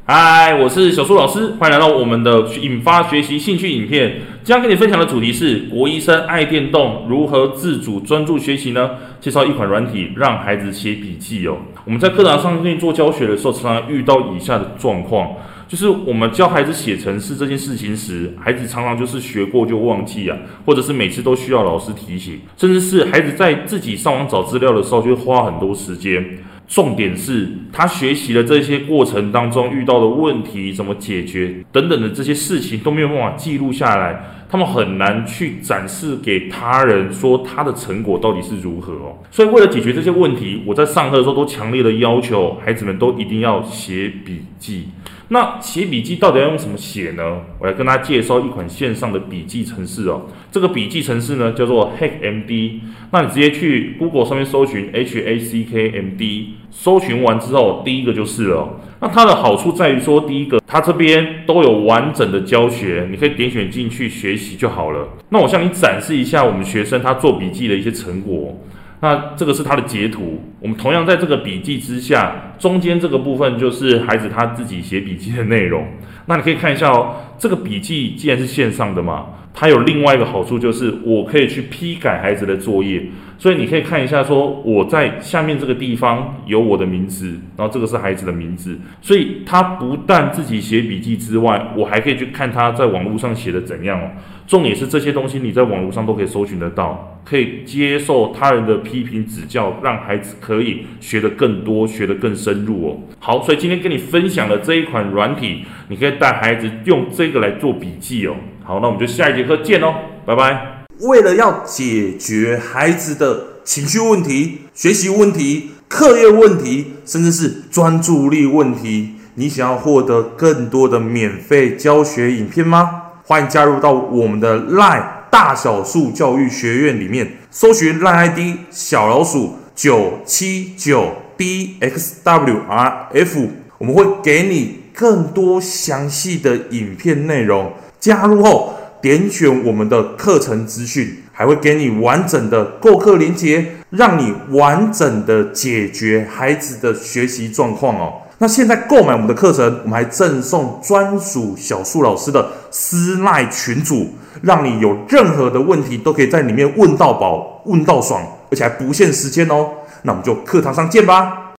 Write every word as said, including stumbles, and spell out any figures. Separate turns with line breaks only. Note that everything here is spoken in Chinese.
嗨，我是小苏老师，欢迎来到我们的引发学习兴趣影片。今天跟你分享的主题是国一生爱电动，如何自主专注学习呢？介绍一款软体，让孩子写笔记哦。我们在课堂上面做教学的时候，常常遇到以下的状况，就是我们教孩子写程式这件事情时，孩子常常就是学过就忘记啊，或者是每次都需要老师提醒，甚至是孩子在自己上网找资料的时候，就会花很多时间。重点是他学习的这些过程当中遇到的问题怎么解决等等的这些事情都没有办法记录下来，他们很难去展示给他人说他的成果到底是如何哦。所以为了解决这些问题，我在上课的时候都强烈的要求孩子们都一定要写笔记。那写笔记到底要用什么写呢？我来跟大家介绍一款线上的笔记程式哦。这个笔记程式呢叫做 HackMD。那你直接去 Google 上面搜寻 H A C K M D， 搜寻完之后，第一个就是了哦。那它的好处在于说，第一个，它这边都有完整的教学，你可以点选进去学习就好了。那我向你展示一下我们学生他做笔记的一些成果。那这个是他的截图，我们同样在这个笔记之下，中间这个部分就是孩子他自己写笔记的内容。那你可以看一下哦，这个笔记既然是线上的嘛，它有另外一个好处就是我可以去批改孩子的作业，所以你可以看一下说我在下面这个地方有我的名字，然后这个是孩子的名字，所以他不但自己写笔记之外，我还可以去看他在网络上写的怎样哦。重点是这些东西你在网络上都可以搜寻得到，可以接受他人的批评指教，让孩子可以学得更多，学得更深入哦。好，所以今天跟你分享的这一款软体，你可以带孩子用这个来做笔记哦。好，那我们就下一节课见哦，拜拜。
为了要解决孩子的情绪问题、学习问题、课业问题，甚至是专注力问题，你想要获得更多的免费教学影片吗？欢迎加入到我们的 LINE 大小数教育学院里面，搜寻 LINE I D 小老鼠九七九 D X W R F， 我们会给你更多详细的影片内容。加入后点选我们的课程资讯，还会给你完整的购课连结，让你完整的解决孩子的学习状况哦。那现在购买我们的课程，我们还赠送专属小树老师的私赖群组，让你有任何的问题都可以在里面问到饱、问到爽，而且还不限时间哦。那我们就课堂上见吧。